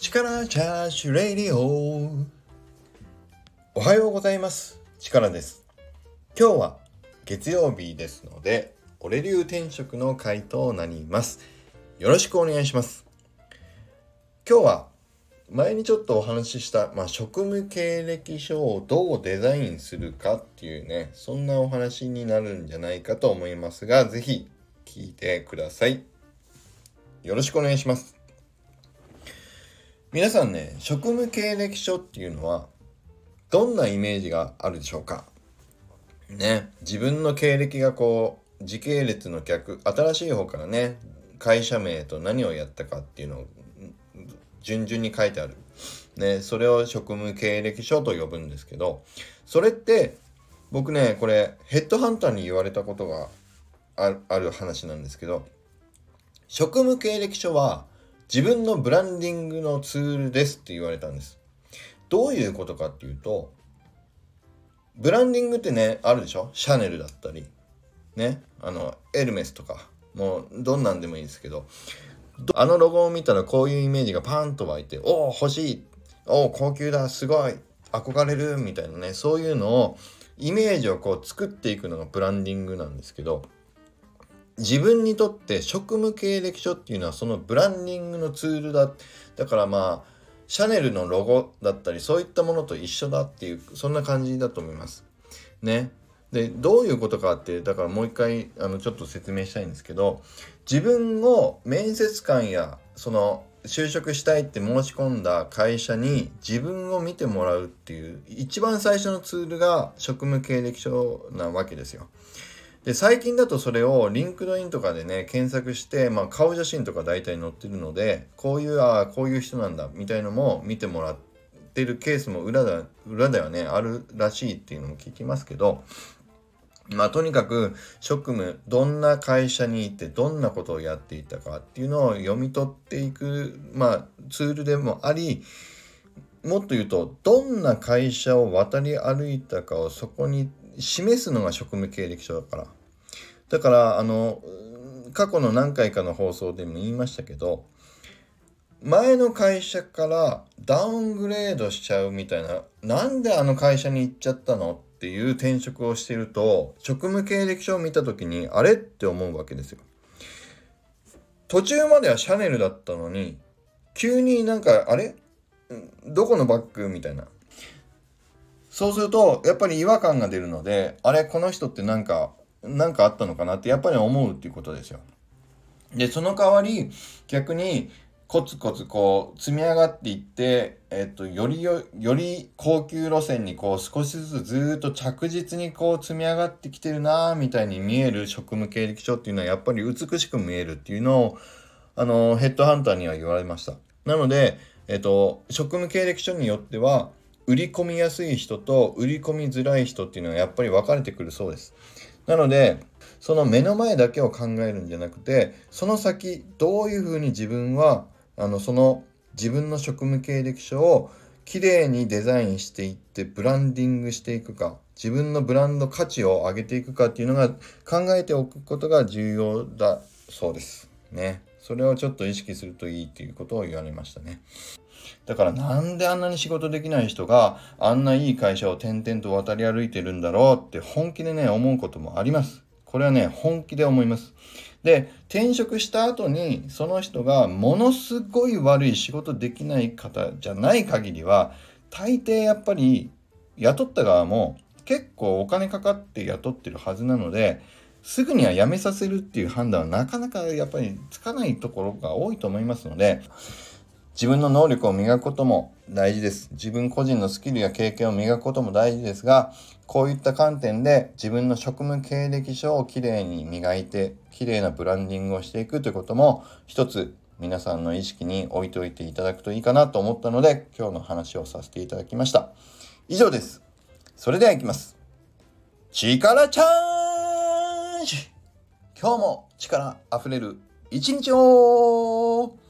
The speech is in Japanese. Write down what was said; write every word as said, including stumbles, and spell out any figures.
力チャージュレディオ。おはようございます。力です。今日は月曜日ですので、俺流転職の回となります。よろしくお願いします。今日は前にちょっとお話しした、まあ、職務経歴書をどうデザインするかっていうね、そんなお話になるんじゃないかと思いますが、ぜひ聞いてください。よろしくお願いします。皆さんね、職務経歴書っていうのはどんなイメージがあるでしょうかね。自分の経歴がこう時系列の逆、新しい方からね、会社名と何をやったかっていうのを順々に書いてあるね。それを職務経歴書と呼ぶんですけど、それって僕ね、これヘッドハンターに言われたことがある、ある話なんですけど、職務経歴書は自分のブランディングのツールですって言われたんです。どういうことかっていうと、ブランディングってね、あるでしょ。シャネルだったりね、あのエルメスとか、もうどんなんでもいいですけど、あのロゴを見たらこういうイメージがパーンと湧いて、おお欲しい、おお高級だ、すごい憧れるみたいなね、そういうのをイメージをこう作っていくのがブランディングなんですけど、自分にとって職務経歴書っていうのはそのブランディングのツールだ。だからまあシャネルのロゴだったりそういったものと一緒だっていう、そんな感じだと思いますね。で、どういうことかって、だからもう一回あのちょっと説明したいんですけど、自分を面接官やその就職したいって申し込んだ会社に自分を見てもらうっていう一番最初のツールが職務経歴書なわけですよ。で、最近だとそれをリンクドインとかでね検索して、まあ、顔写真とか大体載ってるので、こういうあこういう人なんだみたいのも見てもらってるケースも裏だ裏ではねあるらしいっていうのも聞きますけど、まあとにかく職務、どんな会社に行ってどんなことをやっていたかっていうのを読み取っていく、まあツールでもあり、もっと言うとどんな会社を渡り歩いたかをそこに示すのが職務経歴書だから。だからあの過去の何回かの放送でも言いましたけど、前の会社からダウングレードしちゃうみたいな、なんであの会社に行っちゃったのっていう転職をしていると、職務経歴書を見た時にあれって思うわけですよ。途中まではシャネルだったのに急になんかあれどこのバッグみたいな、そうするとやっぱり違和感が出るので、あれこの人ってなんかなんかあったのかなってやっぱり思うっていうことですよ。で、その代わり逆にコツコツこう積み上がっていって、えっとよりよより高級路線にこう少しずつずっと着実にこう積み上がってきてるなみたいに見える職務経歴書っていうのはやっぱり美しく見えるっていうのをあのヘッドハンターには言われました。なので、えっと職務経歴書によっては売り込みやすい人と売り込みづらい人っていうのはやっぱり分かれてくるそうです。なのでその目の前だけを考えるんじゃなくて、その先どういうふうに自分はあのその自分の職務経歴書をきれいにデザインしていってブランディングしていくか、自分のブランド価値を上げていくかっていうのが考えておくことが重要だそうですね。それをちょっと意識するといいっていうことを言われましたね。だからなんであんなに仕事できない人があんないい会社を転々と渡り歩いてるんだろうって本気でね思うこともあります。これはね本気で思います。で、転職した後にその人がものすごい悪い仕事できない方じゃない限りは、大抵やっぱり雇った側も結構お金かかって雇ってるはずなので、すぐには辞めさせるっていう判断はなかなかやっぱりつかないところが多いと思いますので、自分の能力を磨くことも大事です。自分個人のスキルや経験を磨くことも大事ですが、こういった観点で自分の職務経歴書をきれいに磨いて、きれいなブランディングをしていくということも一つ皆さんの意識に置いておいていただくといいかなと思ったので、今日の話をさせていただきました。以上です。それではいきます。力チャージ。今日も力あふれる一日を。